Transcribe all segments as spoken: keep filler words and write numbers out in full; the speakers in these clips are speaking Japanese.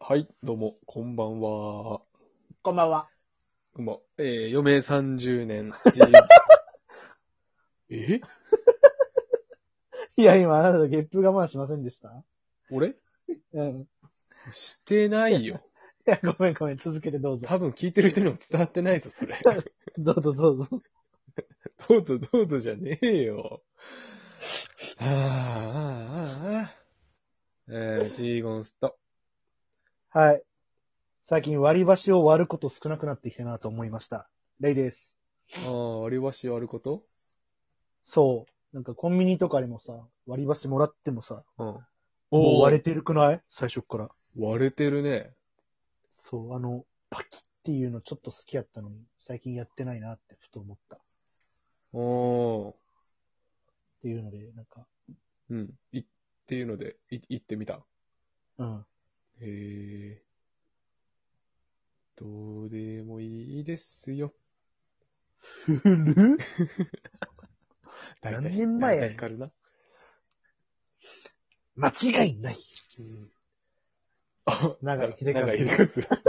はい、どうも、こんばんは。 こんばんは。 こんばんは。えー、余命さんじゅうねん。えいや、今あなたゲップ我慢しませんでした？ 俺うん。 してないよ。 いや、ごめんごめん。続けてどうぞ。 多分聞いてる人にも伝わってないぞ、それ。 どうぞどうぞ。 どうぞどうぞじゃねえよ。はぁ、ああ、ああ。えー、ジーゴンスト。 はい。最近割り箸を割ること少なくなってきたなと思いました。レイです。 ああ、割り箸割ること？ そう。なんかコンビニとかでもさ、割り箸もらってもさ、 うん。 もうおー、 割れてるくない？最初っから。 割れてるね。 そう、あの、パキっていうのちょっと好きやったのに、最近やってないなってふと思った。っおー、 ていうので、なんか、 うん。い、っていうので、い、行ってみた。 うん。 へえ、どうでもいいですよ。 ふる大体、 何年大前やねん。 体光るな。 間違いない。 うん。あ、じゃあ、 長井秀和。 長井秀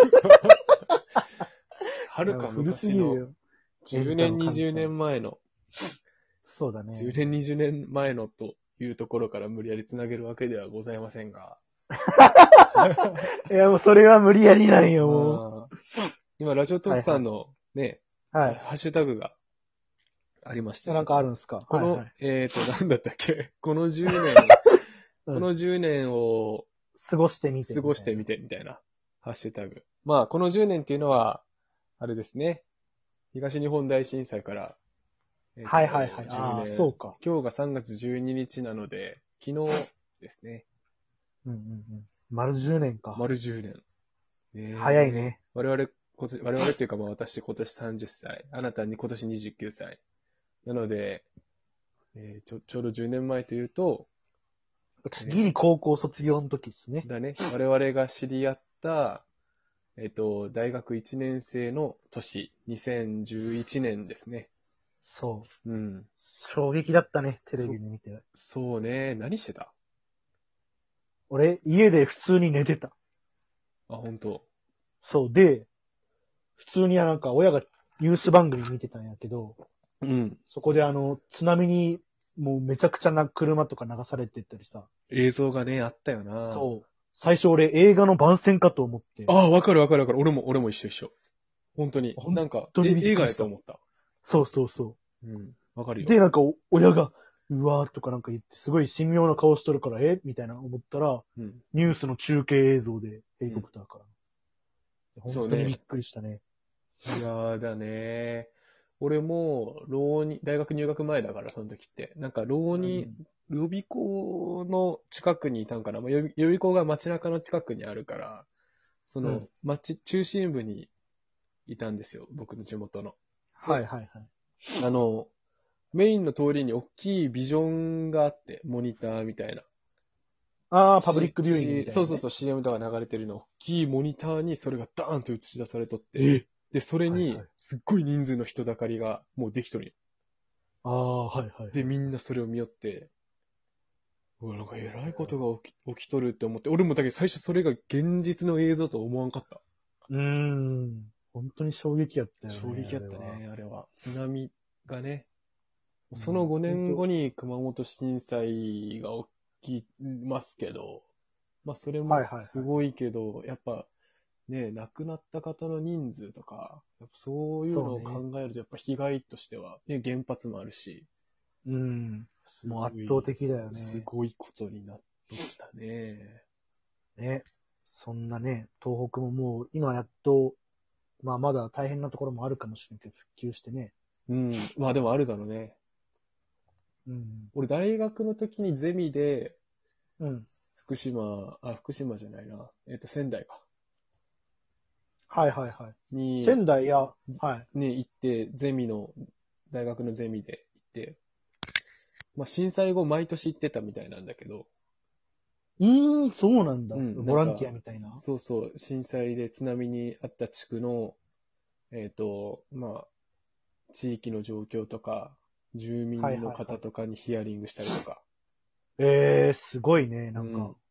和。はるか古す昔のぎるよ。エン 10 タの年、20 神様。 年前の、 そうだ 10 ね。 年、にじゅうねんまえのというところから無理やりつなげるわけではございませんが。 いや、もうそれは無理やりなんよ、もう。 あー今、ラジオトークさんのね、 はい。 ハッシュタグがありましてね。 なんかあるんすか？ この、 はいはい。 えっと、なんだったっけこのじゅうねん、 うん。 このじゅうねんを過ごしてみて過みたいな。 ごしてみてみたいなハッシュタグ。まあ、このじゅうねんっていうのは、あれですね。東日本大震災から、えっと、 はいはいはい。 10 ああ、 年。 そうか。 今日がさんがつじゅうににちなので、昨日ですね。 うんうんうん。丸じゅうねんか。 丸じゅうねん。ねえ。 早いね。 我々、こつ我々っていうかまあ私今年さんじゅっさい。あなたに今年にじゅうきゅうさい。なので、えーちょ、ちょうどじゅうねんまえというと、 ギリえ高校卒業の時ですね。 ーだね。我々が知り合った、えっと、大学いちねん生の年、にせんじゅういちねんですね。 そう。 うん。 衝撃だったね、テレそ、 ビで見て。 そうね。何してた？ 俺、家で普通に寝てた。 あ、本当。 そう。で、普通になんか親がニュース番組見てたんやけど、 うん。 そこであの、津波にもうめちゃくちゃな車とか流されてったりさ。 映像がね、あったよな。 そう。最初俺映画の番宣かと思って、 ああ、わかるわかるわかる。俺も、俺も一緒一緒。本当に。 本なんか、 当にえ、映びっくりした。 画やと思った。 そうそうそうん。わかるう。 よ。 で、なんかお親が、うわーとかなんか言って、すごい神妙な顔しとるから、えみたいな思ったら、 うん。 ニュースの中継映像でヘリうん。 コプターから。 そうね。 本当にびっくりしたね。 いやーだね。俺も、浪人、大学入学前だから、その時って。なんか、浪人、 うん。 予備校の近くにいたんかな。まあ、予備予備校が街中の近くにあるから、その、 うん。 街、中心部にいたんですよ。僕の地元の。で、 はいはいはい。 あの、メインの通りに大きいビジョンがあって、モニターみたいな。 あー、パブリッし、 クビューイングみし、 たいなね。 そうそうそう、シーエム とか流れてるの、大きいモニターにそれがダーンと映し出されとって、で、それに、 はいはい。 すっごい人数の人だかりがもうできとるんよ。 あー、はいはいはい。 で、みんなそれを見よって、うわ、なんか偉いことが起き、起きとるって思って、俺もだけど最初それが現実の映像と思わんかった。 うーん。本当に衝撃やったよね、 衝撃やっあれは。 たね、あれは。津波がね、そのうん。 5 本当。 年後に熊本震災が起きますけど、まあそれもはいはいはい。 すごいけど、やっぱね、亡くなった方の人数とか、やっぱそういうのを考そうね。 えると、やっぱ被害としては、ね、原発もあるし、 うん。 すもう圧ごい、 倒的だよすね。 ごいことになっとったね。 ね。そんなね、東北ももう今やっと、まあまだ大変なところもあるかもしれんけど、復旧してね。 うん。まあでもあるだろうね。 うん。 俺大学の時にゼミで、 うん。 福島、あ、福島じゃないな。えっと、仙台か。 はいはいはい。 に、 仙台や、はい。 ね、行って、ゼミの、大学のゼミで行って、まあ震災後毎年行ってたみたいなんだけど、 うーん、そうなんだ。 うん、なんか、 ボランティアみたいな。 そうそう、震災で津波にあった地区の、えっと、まあ、地域の状況とか、住はい民のはいはい。 方とかにヒアリングしたりとか、 えー、すごいね、なんか。 うん、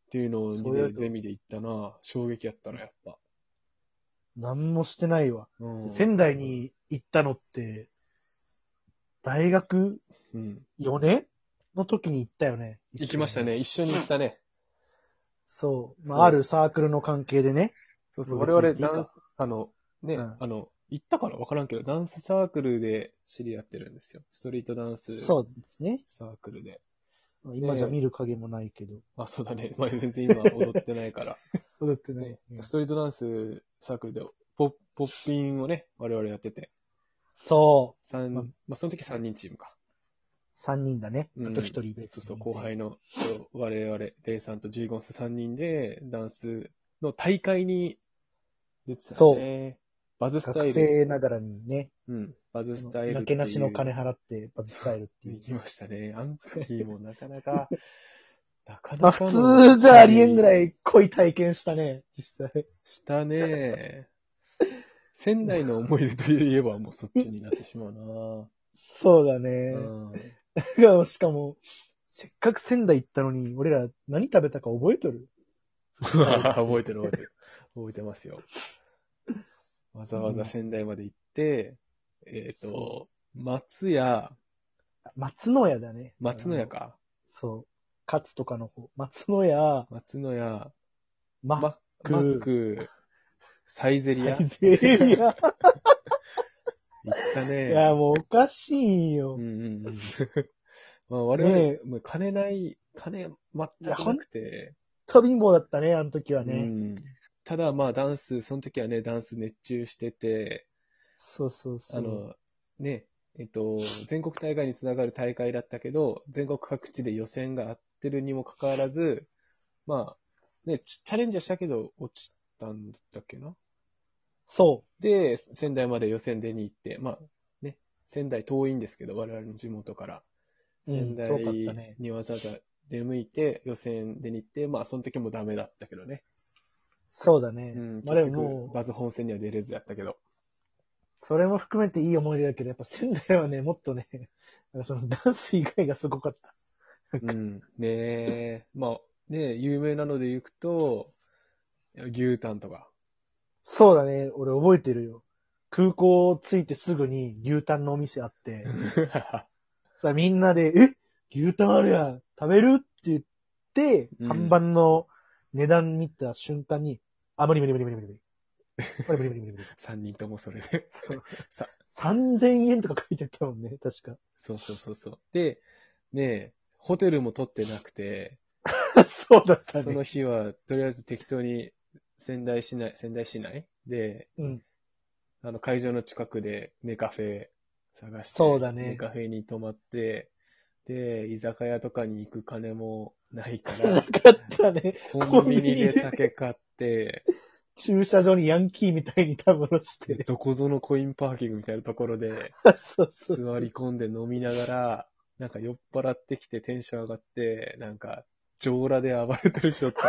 っていうのをそういうにでゼミで行ったな。衝撃やったな、やっぱ。 なんもしてないわ。 うん。 仙台に行ったのって、大学うん。 よねんの時に行ったよね。 行きましたね。一緒に行ったね。 そう。まそうあ、あるサークルの関係でね。 そうそう。 僕我々 別に言っていいかダンス、あの、ね、 うんあの、行ったから分からんけど、ダンスサークルで知り合ってるんですよ。ストリートダンスそうですね。 サークルで。 今じゃ見る影もないけど。 あ、そうだね。まあ、全然今踊ってないから。 そうだってねね。 ストリートダンスサークルでポッポッピンをね、我々やってて。 そう。 三、 ままあ、その時さんにんチームか。 さんにんだね。 うんあとひとり別そうそう、 に後輩の、そう我々、レイさんとジーゴンスさんにんで、ダンスの大会に出てたね。バズスタ学イル。 生ながらにね、 うん。バズスタイルなっていう。 けなしの金払ってバズスタイルっていう行。きましたね。あの時もなかなか、なかまあ普なかの通じゃありえんぐらい濃い体験したね、実際。 したね。仙台の思い出といえばもうそっちになってしまうな。 そうだうね。 ん。 しかも、しかも、せっかく仙台行ったのに、俺ら何食べたか覚えとる覚えてる覚えてる。覚えてますよ。わざわざ仙台まで行って、えっ、とそ、 松屋、 松野屋だね。 松野屋か。 そう。カツとかの方。松野屋、 松野屋、 マッマク、 マック、サイゼリアサイゼリア。 行ったね。 いや、もうおかしいよ。 うんうんうん。まあ我々、 ねえもう金ない、金全くなくて、 と貧乏だったね、あの時はうね。 ん。ただまあダンス、その時はね、ダンス熱中してて、 そうそうそう。 あの、ね、えっと、全国大会につながる大会だったけど、全国各地で予選があってるにもかかわらず、まあ、ね、チチャレンジはしたけど、落ちたんだったっけな。 そで、仙台まで予選出に行って、まあ、ね、仙台遠いんですけど、我々の地元から。 う。うん、 仙台遠かったね。 にわざわざ出向いて、予選出に行って、まあ、その時もダメだったけどね。 そうだね。 うん、 まあで結局、 ももう、 バズ本戦には出れずやったけど。 それも含めていい思い出だけど、やっぱ仙台はね、もっとね、なんかそのダンス以外がすごかった。 うん、ねえ、まあ、ねえ、有名なので行くと、牛タンとか。 そうだね、俺覚えてるよ。空港着いてすぐに牛タンのお店あって、さみんなで、え牛タンあるやん食べるって言って、 うん看板の値段見た瞬間に、あ、無理無理無理無理無理無理。無理無理無理無理無理。 三人ともそれで。 そうさ、 さんぜんえんとか書いてたもんね、確か。 そうそうそうそう。で、ねえ、ホテルも取ってなくて、 そうだったそのね。 日は、とりあえず適当に仙台市内、仙台市内で、 うん。 あの、会場の近くでネカフェ探して、 そうだねネカフェに泊まって、で、居酒屋とかに行く金もないから、 なかったね。 コンビニで酒買って、 駐車場にヤンキーみたいにたむろして。 どこぞのコインパーキングみたいなところで、 そうそうそう。 座り込んで飲みながら、なんか酔っ払ってきてテンション上がって、なんか、上裸で暴れてる人って。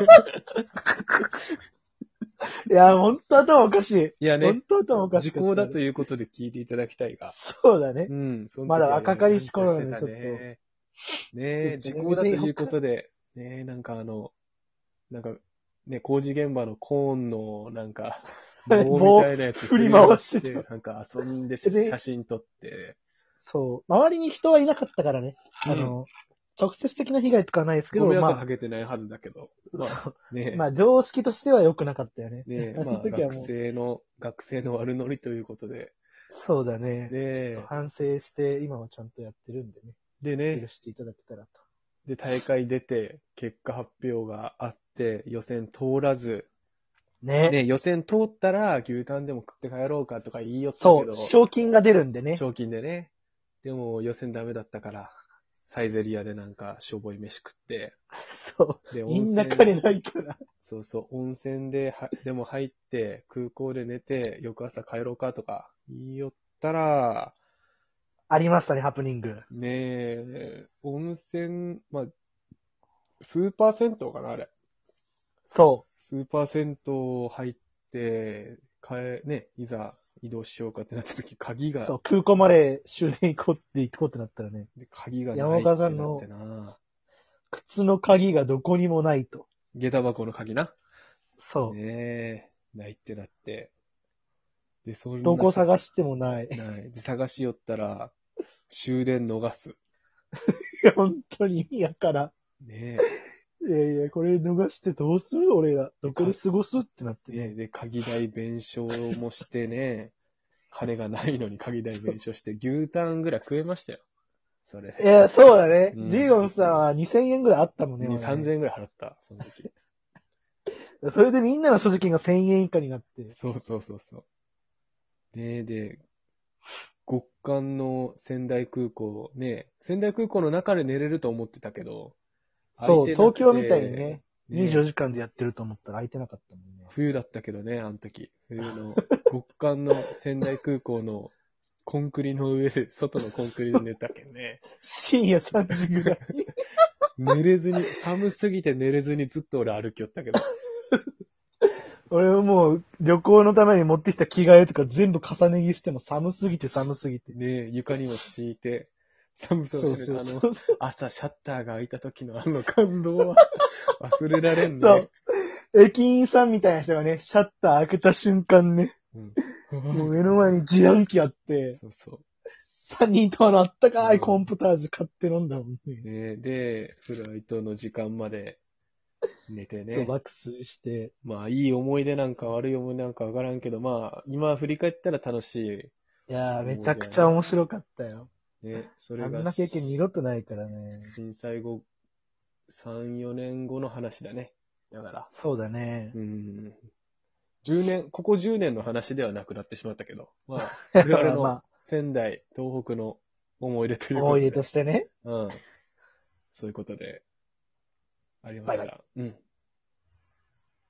いや、ほんと頭おかしい。 いやねほんと頭おかしい。 時効だということで聞いていただきたいが。 そうだねう。ん、その時まだは若かりし頃なのにやんちゃしてたね。ねえ、時効だということで、ねえ、なんかあの、なんか、ね、工事現場のコーンの、なんか、棒みたいなやつ振り回してたなんか遊んでしで写真撮って。 そう。周りに人はいなかったからね。あの、直接的な被害とかはないですけど、 ご迷惑まあ、 かけてないはずだけど。まあ、ねえ、 まあ、常識としては良くなかったよね。 ねえ、 あまあ、学の時はもう、 生の、学生の悪ノリということで。 そうだね。 でちょっと反省して、今はちゃんとやってるんでね。 でね許、していただけたらと。 で、大会出て、結果発表があって、予選通らず、 ね。 ね、予選通ったら牛タンでも食って帰ろうかとか言いよったそう、 けど、 賞金が出るんでね。 賞金でね。でも予選ダメだったから、サイゼリアでなんかしょぼい飯食って、 そう。 で、 みんな温泉金ないから。 そうそう、温泉では、でも入って、空港で寝て、翌朝帰ろうかとか言いよったら、 ありましたね、ハプニング。 ねえ、温泉、まあ、スーパー銭湯かな、あれ。 そスーパー銭湯入って、かえ、ね、いざ移動しようかってなった時、鍵う。 が、 そう、空港まで終電行こうって行こうってなったらね。 で鍵がない山ってな岡さんのってな。 靴の鍵がどこにもないと。 下駄箱の鍵な。 そう。 ねえ、ないってなって。で、そんなどこ探してもない。いない。で、探し寄ったら、終電逃す。 や、本当に意味やからねん。いやいや、これ逃してどうする俺ら。どこで過ごすってなってえ。ねね。 で、鍵代弁償もしてね、金がないのに鍵代弁償して、牛タンぐらい食えましたよ。それで。 いや、そうだね。 うんジーゴンさんはにせんえんぐらいあったもんね。 に、 俺ねさんぜんえんぐらい払った、その時。 それでみんなの所持金がせんえん以下になって。 そうそうそうそう。で、で、極寒の仙台空港、ね、仙台空港の中で寝れると思ってたけど、 そう、 空いてなくて東京みたいにね、 ねにじゅうよじかんでやってると思ったら空いてなかったもんね。 冬だったけどね、あの時。冬の極寒の仙台空港のコンクリの上で、外のコンクリで寝たけどね。 深夜さんじぐらい。 寝れずに、寒すぎて寝れずにずっと俺歩きよったけど。 俺はもう旅行のために持ってきた着替えとか全部重ね着しても寒すぎて寒すぎて。 ね床にも敷いて、寒そうしそうあの、 そうそう。 朝シャッターが開いた時のあの感動は忘れられんね。 そう。駅員さんみたいな人がね、シャッター開けた瞬間ね、 うん。 もう目の前に自販機あって、 そうそう。 さんにんとものあったかいコーンポタージュ買って飲んだもんね。 ねで、フライトの時間まで寝てそう、 ね。 爆睡して。 まあ、いい思い出なんか悪い思い出なんかわからんけど、まあ、今振り返ったら楽しい。 いやー、めちゃくちゃ面白かったよ。 ね、それがあんな経験二度とないからね。 震災後、さん、よねんごの話だね。だから。 そうだね。 うん。じゅうねん、ここじゅうねんの話ではなくなってしまったけど、まあ、我々 まのあ仙台、東北の思い出ということで。 思い出としてね。 うん。そういうことで、ありました。 バイバうん。